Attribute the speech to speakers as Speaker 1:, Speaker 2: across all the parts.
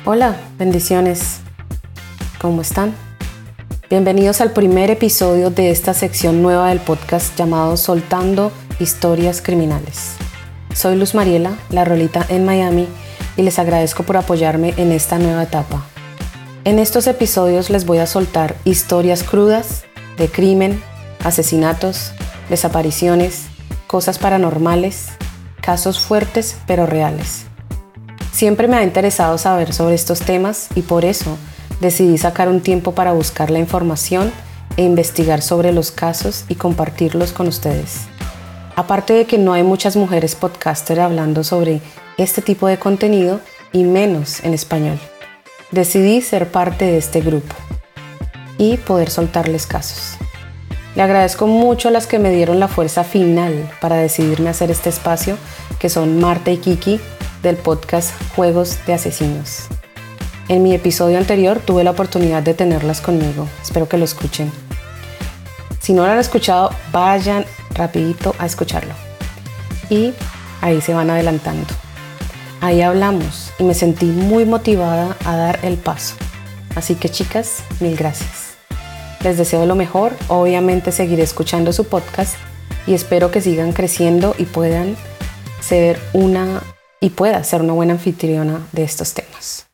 Speaker 1: Hola, bendiciones. ¿Cómo están? Bienvenidos al primer episodio de esta sección nueva del podcast llamado Soltando Historias Criminales. Soy Luz Mariela, la Rolita en Miami, y les agradezco por apoyarme en esta nueva etapa. En estos episodios les voy a soltar historias crudas de crimen, asesinatos, desapariciones, cosas paranormales, casos fuertes pero reales. Siempre me ha interesado saber sobre estos temas y por eso decidí sacar un tiempo para buscar la información e investigar sobre los casos y compartirlos con ustedes. Aparte de que no hay muchas mujeres podcaster hablando sobre este tipo de contenido y menos en español, decidí ser parte de este grupo y poder soltarles casos. Le agradezco mucho a las que me dieron la fuerza final para decidirme hacer este espacio, que son Marta y Kiki, del podcast Juegos de Asesinos. En mi episodio anterior tuve la oportunidad de tenerlas conmigo. Espero que lo escuchen. Si no lo han escuchado, vayan rapidito a escucharlo. Y ahí se van adelantando. Ahí hablamos y me sentí muy motivada a dar el paso. Así que chicas, mil gracias. Les deseo lo mejor. Obviamente seguiré escuchando su podcast y espero que sigan creciendo y pueda ser una buena anfitriona de estos temas.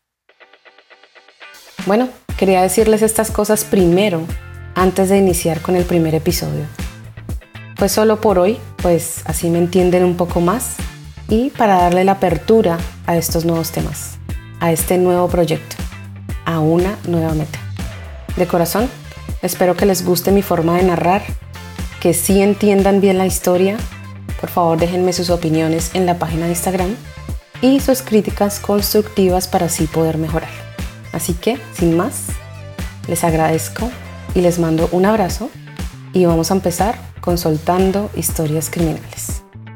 Speaker 1: Bueno, quería decirles estas cosas primero antes de iniciar con el primer episodio. Pues solo por hoy, pues así me entienden un poco más y para darle la apertura a estos nuevos temas, a este nuevo proyecto, a una nueva meta. De corazón, espero que les guste mi forma de narrar, que sí entiendan bien la historia. Por favor, déjenme sus opiniones en la página de Instagram y sus críticas constructivas para así poder mejorar. Así que, sin más, les agradezco y les mando un abrazo y vamos a empezar con Soltando Historias Criminales.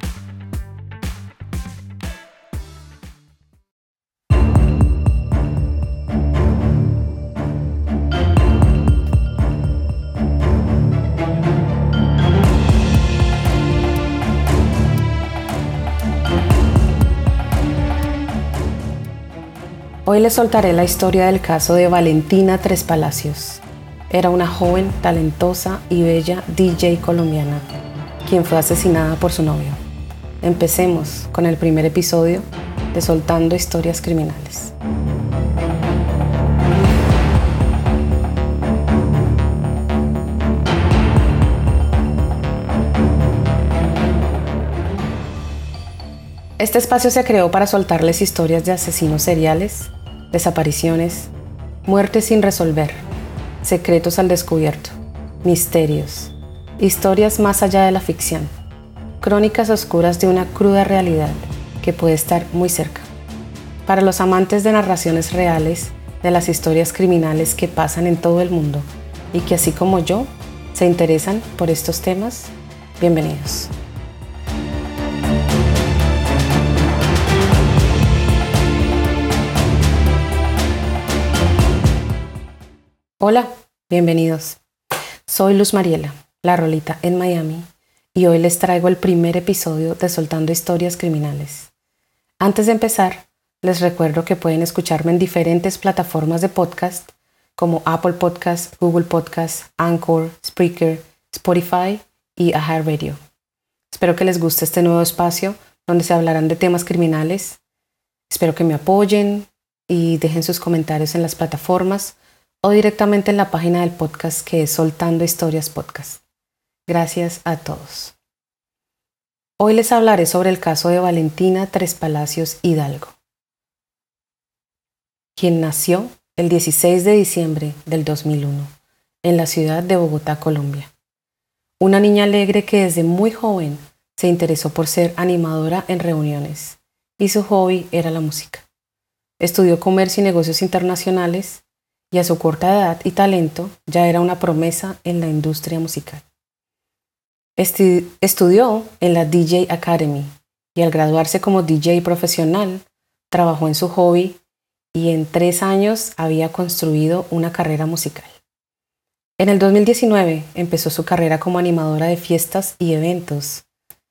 Speaker 1: Hoy les soltaré la historia del caso de Valentina Tres Palacios. Era una joven, talentosa y bella DJ colombiana, quien fue asesinada por su novio. Empecemos con el primer episodio de Soltando Historias Criminales. Este espacio se creó para soltarles historias de asesinos seriales, desapariciones, muertes sin resolver, secretos al descubierto, misterios, historias más allá de la ficción, crónicas oscuras de una cruda realidad que puede estar muy cerca. Para los amantes de narraciones reales de las historias criminales que pasan en todo el mundo y que así como yo se interesan por estos temas, bienvenidos. Hola, bienvenidos. Soy Luz Mariela, la Rolita en Miami, y hoy les traigo el primer episodio de Soltando Historias Criminales. Antes de empezar, les recuerdo que pueden escucharme en diferentes plataformas de podcast como Apple Podcasts, Google Podcasts, Anchor, Spreaker, Spotify y iHeartRadio. Espero que les guste este nuevo espacio donde se hablarán de temas criminales. Espero que me apoyen y dejen sus comentarios en las plataformas o directamente en la página del podcast, que es Soltando Historias Podcast. Gracias a todos. Hoy les hablaré sobre el caso de Valentina Tres Palacios Hidalgo, quien nació el 16 de diciembre del 2001 en la ciudad de Bogotá, Colombia. Una niña alegre que desde muy joven se interesó por ser animadora en reuniones y su hobby era la música. Estudió comercio y negocios internacionales y a su corta edad y talento ya era una promesa en la industria musical. Estudió en la DJ Academy y al graduarse como DJ profesional, trabajó en su hobby y en 3 años había construido una carrera musical. En el 2019 empezó su carrera como animadora de fiestas y eventos,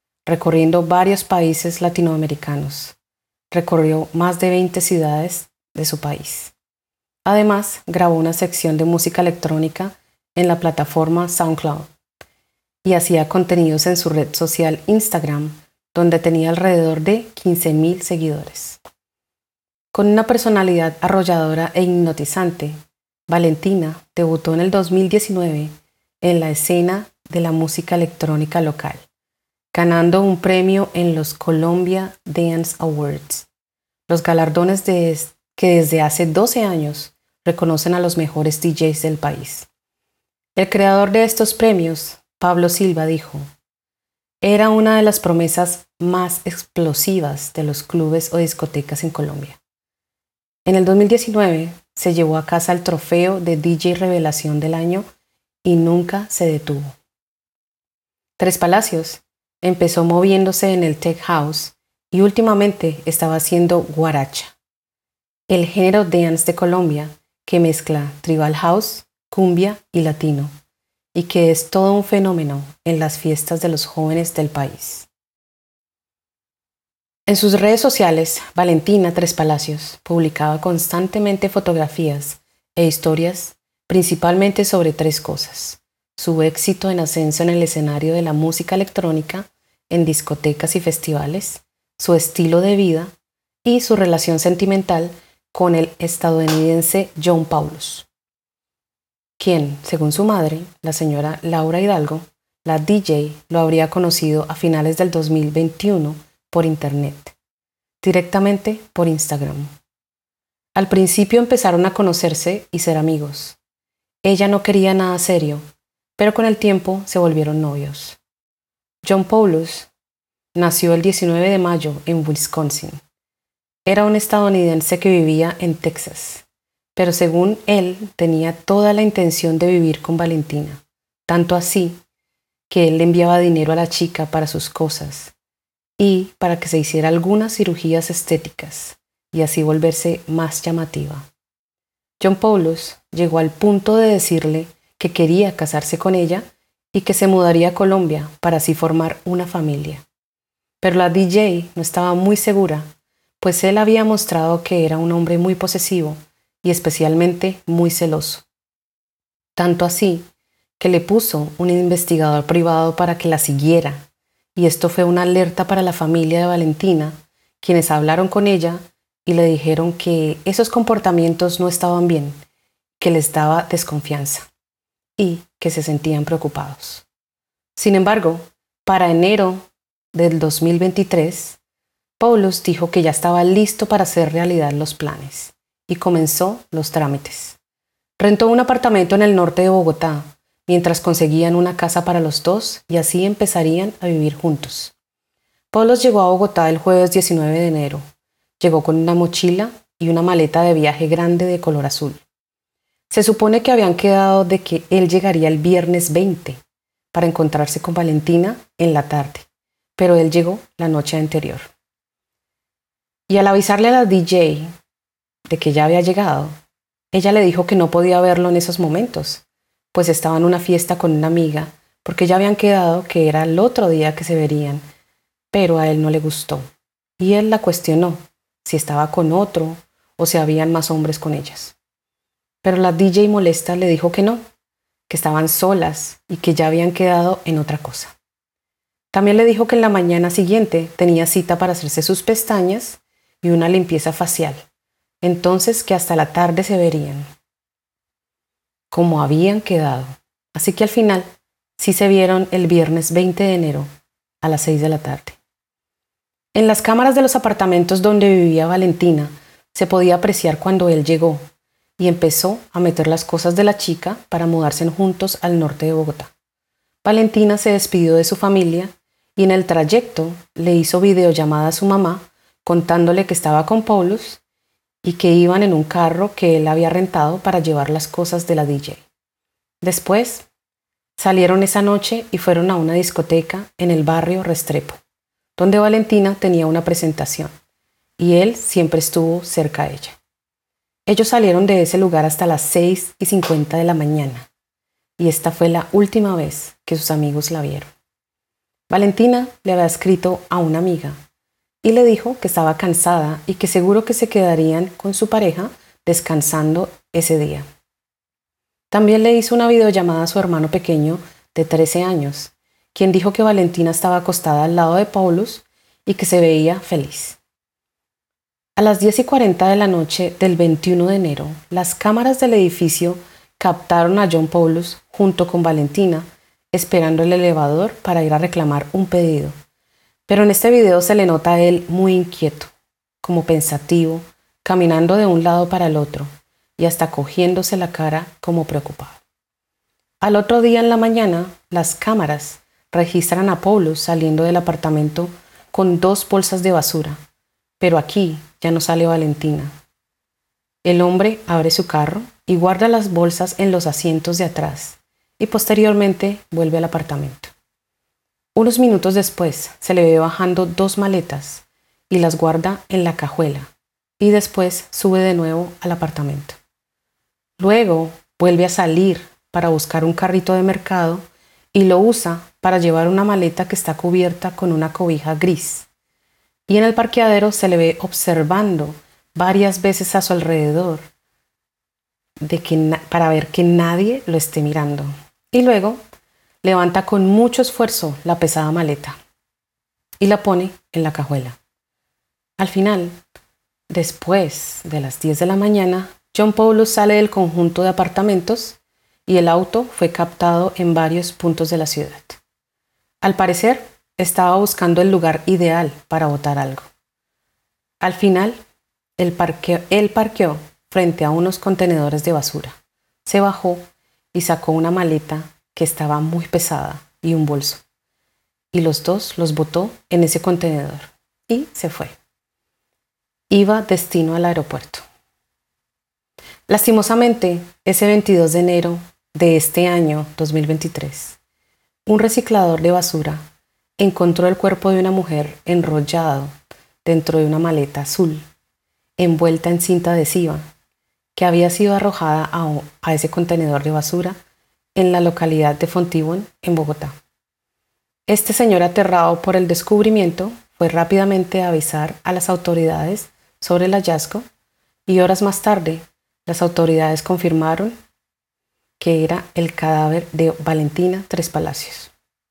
Speaker 1: recorriendo varios países latinoamericanos. Recorrió más de 20 ciudades de su país. Además, grabó una sección de música electrónica en la plataforma SoundCloud y hacía contenidos en su red social Instagram, donde tenía alrededor de 15.000 seguidores. Con una personalidad arrolladora e hipnotizante, Valentina debutó en el 2019 en la escena de la música electrónica local, ganando un premio en los Colombia Dance Awards, los galardones que desde hace 12 años reconocen a los mejores DJs del país. El creador de estos premios, Pablo Silva, dijo: "Era una de las promesas más explosivas de los clubes o discotecas en Colombia". En el 2019 se llevó a casa el trofeo de DJ Revelación del Año y nunca se detuvo. Tres Palacios empezó moviéndose en el tech house y últimamente estaba haciendo guaracha, el género dance de Colombia que mezcla tribal house, cumbia y latino, y que es todo un fenómeno en las fiestas de los jóvenes del país. En sus redes sociales, Valentina Tres Palacios publicaba constantemente fotografías e historias principalmente sobre tres cosas: su éxito en ascenso en el escenario de la música electrónica, en discotecas y festivales, su estilo de vida y su relación sentimental con el estadounidense John Paulus, quien, según su madre, la señora Laura Hidalgo, la DJ, lo habría conocido a finales del 2021 por internet, directamente por Instagram. Al principio empezaron a conocerse y ser amigos. Ella no quería nada serio, pero con el tiempo se volvieron novios. John Paulus nació el 19 de mayo en Wisconsin. Era un estadounidense que vivía en Texas, pero según él tenía toda la intención de vivir con Valentina, tanto así que él le enviaba dinero a la chica para sus cosas y para que se hiciera algunas cirugías estéticas y así volverse más llamativa. John Paulus llegó al punto de decirle que quería casarse con ella y que se mudaría a Colombia para así formar una familia. Pero la DJ no estaba muy segura, pues él había mostrado que era un hombre muy posesivo y especialmente muy celoso. Tanto así que le puso un investigador privado para que la siguiera, y esto fue una alerta para la familia de Valentina, quienes hablaron con ella y le dijeron que esos comportamientos no estaban bien, que les daba desconfianza y que se sentían preocupados. Sin embargo, para enero del 2023, Paulus dijo que ya estaba listo para hacer realidad los planes y comenzó los trámites. Rentó un apartamento en el norte de Bogotá, mientras conseguían una casa para los dos y así empezarían a vivir juntos. Paulus llegó a Bogotá el jueves 19 de enero. Llegó con una mochila y una maleta de viaje grande de color azul. Se supone que habían quedado de que él llegaría el viernes 20 para encontrarse con Valentina en la tarde, pero él llegó la noche anterior. Y al avisarle a la DJ de que ya había llegado, ella le dijo que no podía verlo en esos momentos, pues estaba en una fiesta con una amiga, porque ya habían quedado que era el otro día que se verían, pero a él no le gustó, y él la cuestionó si estaba con otro o si habían más hombres con ellas. Pero la DJ molesta le dijo que no, que estaban solas y que ya habían quedado en otra cosa. También le dijo que en la mañana siguiente tenía cita para hacerse sus pestañas y una limpieza facial, entonces que hasta la tarde se verían, como habían quedado. Así que al final sí se vieron el viernes 20 de enero a las 6 de la tarde. En las cámaras de los apartamentos donde vivía Valentina se podía apreciar cuando él llegó y empezó a meter las cosas de la chica para mudarse juntos al norte de Bogotá. Valentina se despidió de su familia y en el trayecto le hizo videollamada a su mamá contándole que estaba con Paulus y que iban en un carro que él había rentado para llevar las cosas de la DJ. Después salieron esa noche y fueron a una discoteca en el barrio Restrepo, donde Valentina tenía una presentación y él siempre estuvo cerca a ella. Ellos salieron de ese lugar hasta las 6:50 de la mañana y esta fue la última vez que sus amigos la vieron. Valentina le había escrito a una amiga y le dijo que estaba cansada y que seguro que se quedarían con su pareja descansando ese día. También le hizo una videollamada a su hermano pequeño de 13 años, quien dijo que Valentina estaba acostada al lado de Paulus y que se veía feliz. A las 10:40 de la noche del 21 de enero, las cámaras del edificio captaron a John Paulus junto con Valentina esperando el elevador para ir a reclamar un pedido. Pero en este video se le nota a él muy inquieto, como pensativo, caminando de un lado para el otro y hasta cogiéndose la cara como preocupado. Al otro día en la mañana, las cámaras registran a Paulus saliendo del apartamento con 2 bolsas de basura, pero aquí ya no sale Valentina. El hombre abre su carro y guarda las bolsas en los asientos de atrás y posteriormente vuelve al apartamento. Unos minutos después se le ve bajando 2 maletas y las guarda en la cajuela y después sube de nuevo al apartamento. Luego vuelve a salir para buscar un carrito de mercado y lo usa para llevar una maleta que está cubierta con una cobija gris. Y en el parqueadero se le ve observando varias veces a su alrededor para ver que nadie lo esté mirando. Y luego levanta con mucho esfuerzo la pesada maleta y la pone en la cajuela. Al final, después de las 10 de la mañana, John Paulus sale del conjunto de apartamentos y el auto fue captado en varios puntos de la ciudad. Al parecer, estaba buscando el lugar ideal para botar algo. Al final, él parqueó frente a unos contenedores de basura. Se bajó y sacó una maleta que estaba muy pesada y un bolso. Y los 2 los botó en ese contenedor y se fue. Iba destino al aeropuerto. Lastimosamente, ese 22 de enero de este año 2023, un reciclador de basura encontró el cuerpo de una mujer enrollado dentro de una maleta azul, envuelta en cinta adhesiva, que había sido arrojada a ese contenedor de basura en la localidad de Fontibón, en Bogotá. Este señor, aterrado por el descubrimiento, fue rápidamente a avisar a las autoridades sobre el hallazgo y horas más tarde las autoridades confirmaron que era el cadáver de Valentina Tres Palacios.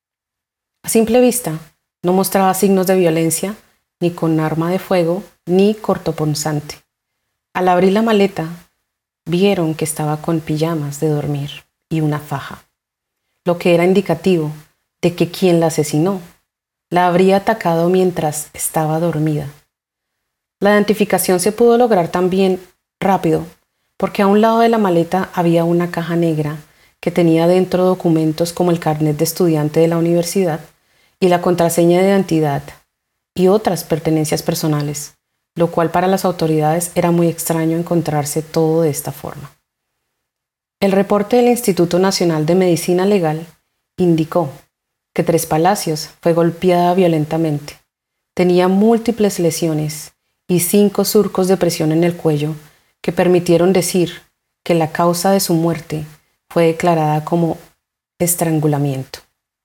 Speaker 1: A simple vista, no mostraba signos de violencia, ni con arma de fuego, ni cortopunzante. Al abrir la maleta, vieron que estaba con pijamas de dormir y una faja, lo que era indicativo de que quien la asesinó la habría atacado mientras estaba dormida. La identificación se pudo lograr también rápido, porque a un lado de la maleta había una caja negra que tenía dentro documentos como el carnet de estudiante de la universidad y la contraseña de identidad y otras pertenencias personales, lo cual para las autoridades era muy extraño encontrarse todo de esta forma. El reporte del Instituto Nacional de Medicina Legal indicó que Tres Palacios fue golpeada violentamente, tenía múltiples lesiones y 5 surcos de presión en el cuello que permitieron decir que la causa de su muerte fue declarada como estrangulamiento.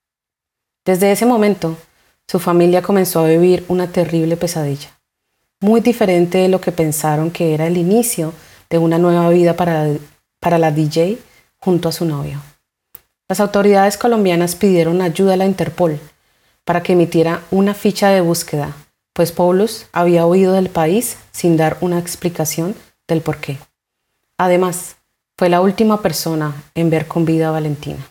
Speaker 1: Desde ese momento, su familia comenzó a vivir una terrible pesadilla, muy diferente de lo que pensaron que era el inicio de una nueva vida para la DJ junto a su novio. Las autoridades colombianas pidieron ayuda a la Interpol para que emitiera una ficha de búsqueda, pues Paulus había huido del país sin dar una explicación del porqué. Además, fue la última persona en ver con vida a Valentina.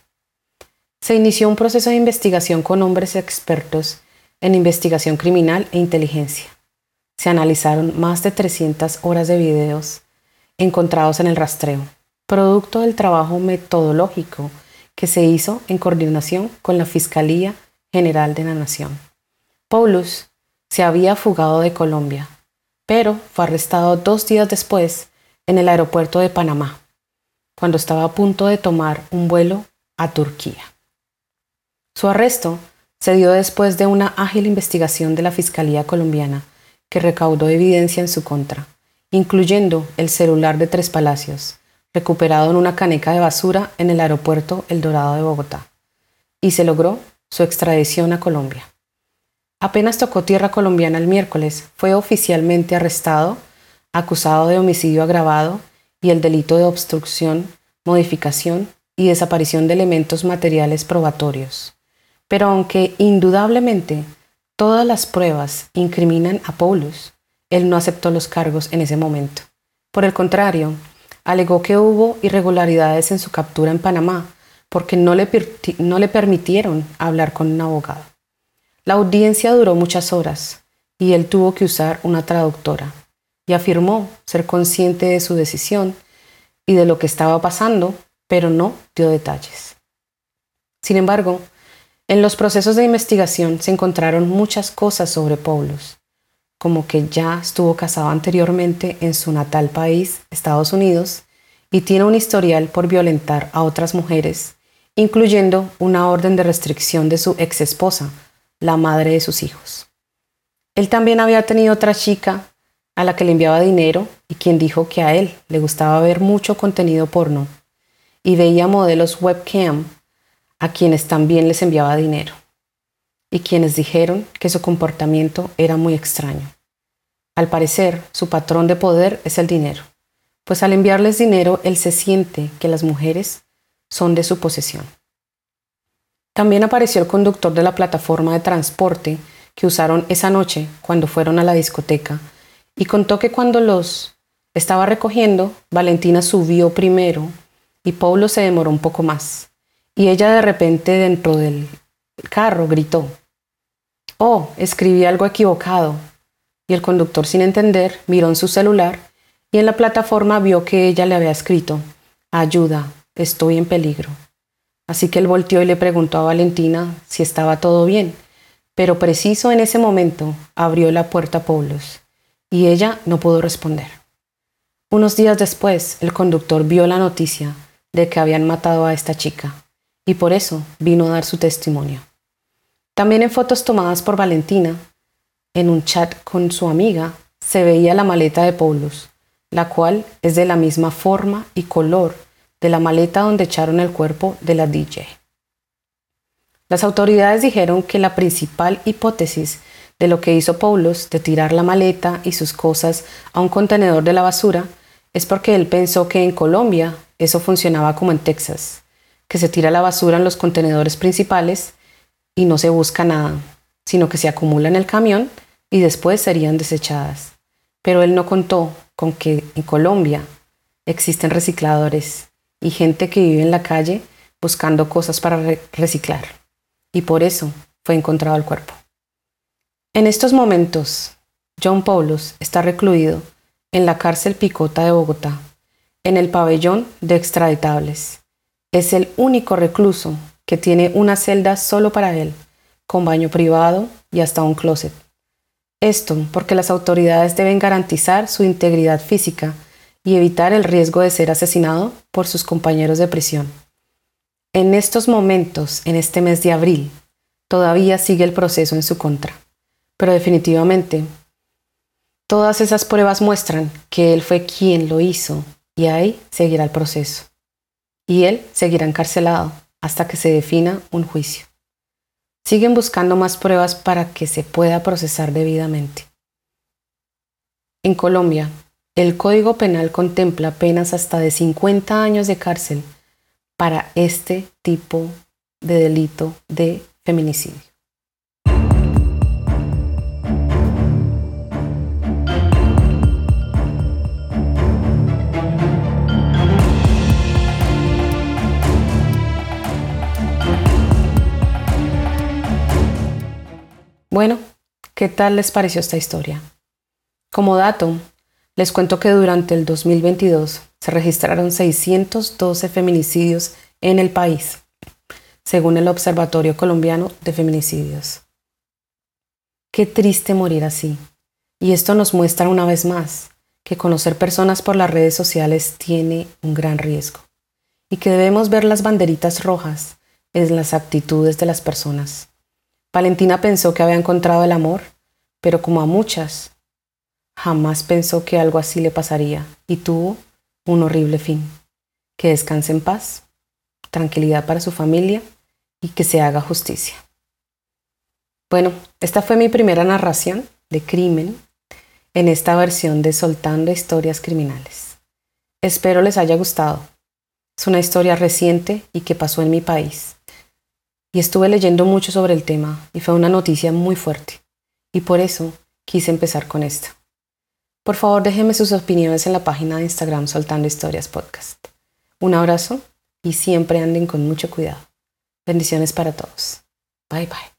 Speaker 1: Se inició un proceso de investigación con hombres expertos en investigación criminal e inteligencia. Se analizaron más de 300 horas de videos encontrados en el rastreo, producto del trabajo metodológico que se hizo en coordinación con la Fiscalía General de la Nación. Paulus se había fugado de Colombia, pero fue arrestado 2 días después en el aeropuerto de Panamá, cuando estaba a punto de tomar un vuelo a Turquía. Su arresto se dio después de una ágil investigación de la Fiscalía colombiana que recaudó evidencia en su contra, incluyendo el celular de Tres Palacios, recuperado en una caneca de basura en el aeropuerto El Dorado de Bogotá, y se logró su extradición a Colombia. Apenas tocó tierra colombiana el miércoles, fue oficialmente arrestado, acusado de homicidio agravado y el delito de obstrucción, modificación y desaparición de elementos materiales probatorios. Pero aunque indudablemente todas las pruebas incriminan a Paulus, él no aceptó los cargos en ese momento. Por el contrario, alegó que hubo irregularidades en su captura en Panamá porque no le permitieron hablar con un abogado. La audiencia duró muchas horas y él tuvo que usar una traductora y afirmó ser consciente de su decisión y de lo que estaba pasando, pero no dio detalles. Sin embargo, en los procesos de investigación se encontraron muchas cosas sobre Paulus, como que ya estuvo casado anteriormente en su natal país, Estados Unidos, y tiene un historial por violentar a otras mujeres, incluyendo una orden de restricción de su exesposa, la madre de sus hijos. Él también había tenido otra chica a la que le enviaba dinero y quien dijo que a él le gustaba ver mucho contenido porno y veía modelos webcam a quienes también les enviaba dinero y quienes dijeron que su comportamiento era muy extraño. Al parecer, su patrón de poder es el dinero, pues al enviarles dinero él se siente que las mujeres son de su posesión. También apareció el conductor de la plataforma de transporte que usaron esa noche cuando fueron a la discoteca y contó que cuando los estaba recogiendo, Valentina subió primero y Paulo se demoró un poco más. Y ella de repente dentro del carro gritó: «Oh, escribí algo equivocado». Y el conductor, sin entender, miró en su celular y en la plataforma vio que ella le había escrito: «Ayuda, estoy en peligro». Así que él volteó y le preguntó a Valentina si estaba todo bien, pero preciso en ese momento abrió la puerta Paulus y ella no pudo responder. Unos días después, el conductor vio la noticia de que habían matado a esta chica y por eso vino a dar su testimonio. También en fotos tomadas por Valentina, en un chat con su amiga, se veía la maleta de Paulus, la cual es de la misma forma y color de la maleta donde echaron el cuerpo de la DJ. Las autoridades dijeron que la principal hipótesis de lo que hizo Paulus de tirar la maleta y sus cosas a un contenedor de la basura es porque él pensó que en Colombia eso funcionaba como en Texas, que se tira la basura en los contenedores principales y no se busca nada, sino que se acumula en el camión y después serían desechadas. Pero él no contó con que en Colombia existen recicladores y gente que vive en la calle buscando cosas para reciclar. Y por eso fue encontrado el cuerpo. En estos momentos, John Paulus está recluido en la cárcel Picota de Bogotá, en el pabellón de extraditables. Es el único recluso que tiene una celda solo para él, con baño privado y hasta un closet. Esto porque las autoridades deben garantizar su integridad física y evitar el riesgo de ser asesinado por sus compañeros de prisión. En estos momentos, en este mes de abril, todavía sigue el proceso en su contra, pero definitivamente todas esas pruebas muestran que él fue quien lo hizo y ahí seguirá el proceso. Y él seguirá encarcelado hasta que se defina un juicio. Siguen buscando más pruebas para que se pueda procesar debidamente. En Colombia, el Código Penal contempla penas hasta de 50 años de cárcel para este tipo de delito de feminicidio. Bueno, ¿qué tal les pareció esta historia? Como dato, les cuento que durante el 2022 se registraron 612 feminicidios en el país, según el Observatorio Colombiano de Feminicidios. Qué triste morir así. Y esto nos muestra una vez más que conocer personas por las redes sociales tiene un gran riesgo y que debemos ver las banderitas rojas en las actitudes de las personas. Valentina pensó que había encontrado el amor, pero como a muchas, jamás pensó que algo así le pasaría y tuvo un horrible fin. Que descanse en paz, tranquilidad para su familia y que se haga justicia. Bueno, esta fue mi primera narración de crimen en esta versión de Soltando Historias Criminales. Espero les haya gustado. Es una historia reciente y que pasó en mi país. Y estuve leyendo mucho sobre el tema y fue una noticia muy fuerte. Y por eso quise empezar con esto. Por favor, déjenme sus opiniones en la página de Instagram Soltando Historias Podcast. Un abrazo y siempre anden con mucho cuidado. Bendiciones para todos. Bye bye.